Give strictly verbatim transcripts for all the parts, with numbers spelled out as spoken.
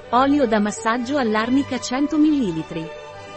Olio da massaggio all'arnica cento millilitri.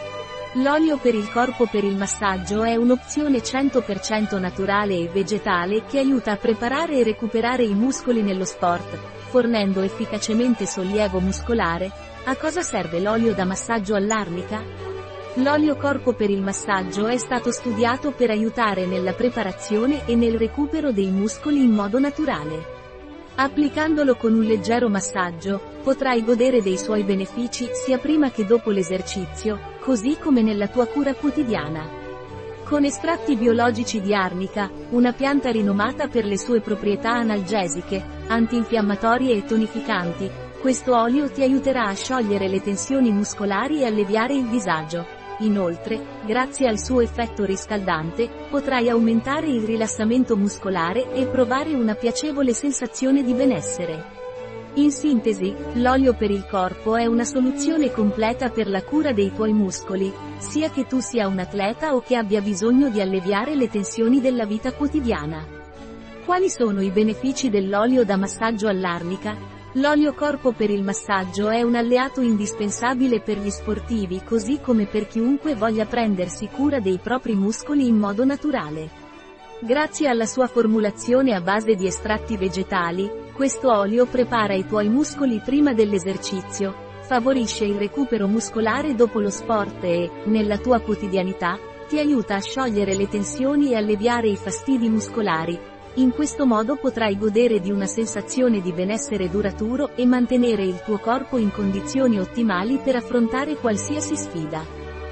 L'olio per il corpo per il massaggio è un'opzione cento per cento naturale e vegetale che aiuta a preparare e recuperare i muscoli nello sport, fornendo efficacemente sollievo muscolare. A cosa serve l'olio da massaggio all'arnica? L'olio corpo per il massaggio è stato studiato per aiutare nella preparazione e nel recupero dei muscoli in modo naturale. Applicandolo con un leggero massaggio, potrai godere dei suoi benefici sia prima che dopo l'esercizio, così come nella tua cura quotidiana. Con estratti biologici di arnica, una pianta rinomata per le sue proprietà analgesiche, antinfiammatorie e tonificanti, questo olio ti aiuterà a sciogliere le tensioni muscolari e alleviare il disagio. Inoltre, grazie al suo effetto riscaldante, potrai aumentare il rilassamento muscolare e provare una piacevole sensazione di benessere. In sintesi, l'olio per il corpo è una soluzione completa per la cura dei tuoi muscoli, sia che tu sia un atleta o che abbia bisogno di alleviare le tensioni della vita quotidiana. Quali sono i benefici dell'olio da massaggio all'arnica? L'olio corpo per il massaggio è un alleato indispensabile per gli sportivi così come per chiunque voglia prendersi cura dei propri muscoli in modo naturale. Grazie alla sua formulazione a base di estratti vegetali, questo olio prepara i tuoi muscoli prima dell'esercizio, favorisce il recupero muscolare dopo lo sport e, nella tua quotidianità, ti aiuta a sciogliere le tensioni e alleviare i fastidi muscolari. In questo modo potrai godere di una sensazione di benessere duraturo e mantenere il tuo corpo in condizioni ottimali per affrontare qualsiasi sfida.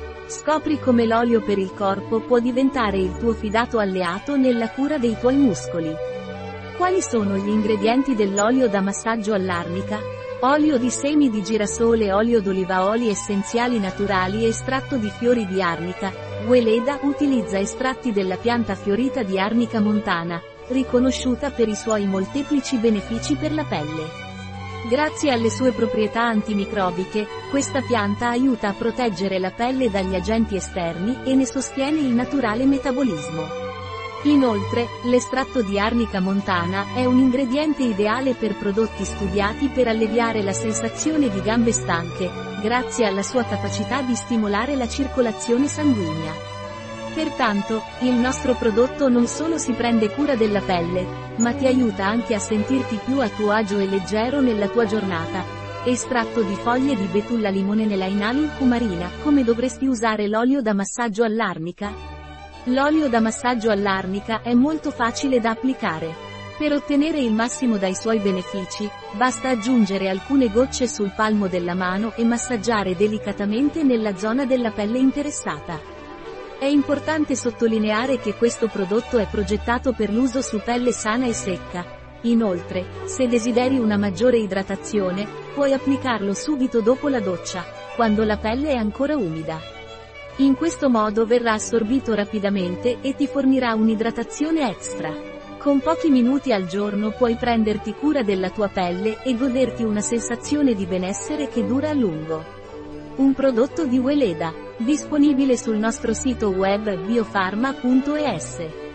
Scopri come l'olio per il corpo può diventare il tuo fidato alleato nella cura dei tuoi muscoli. Quali sono gli ingredienti dell'olio da massaggio all'arnica? Olio di semi di girasole, olio d'oliva, oli essenziali naturali e estratto di fiori di arnica. Weleda utilizza estratti della pianta fiorita di Arnica montana, riconosciuta per i suoi molteplici benefici per la pelle. Grazie alle sue proprietà antimicrobiche, questa pianta aiuta a proteggere la pelle dagli agenti esterni e ne sostiene il naturale metabolismo. Inoltre, l'estratto di Arnica montana è un ingrediente ideale per prodotti studiati per alleviare la sensazione di gambe stanche, grazie alla sua capacità di stimolare la circolazione sanguigna. Pertanto, il nostro prodotto non solo si prende cura della pelle, ma ti aiuta anche a sentirti più a tuo agio e leggero nella tua giornata. Estratto di foglie di betulla limone nell'Ainalul cumarina. Come dovresti usare l'olio da massaggio all'arnica? L'olio da massaggio all'arnica è molto facile da applicare. Per ottenere il massimo dai suoi benefici, basta aggiungere alcune gocce sul palmo della mano e massaggiare delicatamente nella zona della pelle interessata. È importante sottolineare che questo prodotto è progettato per l'uso su pelle sana e secca. Inoltre, se desideri una maggiore idratazione, puoi applicarlo subito dopo la doccia, quando la pelle è ancora umida. In questo modo verrà assorbito rapidamente e ti fornirà un'idratazione extra. Con pochi minuti al giorno puoi prenderti cura della tua pelle e goderti una sensazione di benessere che dura a lungo. Un prodotto di Weleda, disponibile sul nostro sito web biofarma punto es.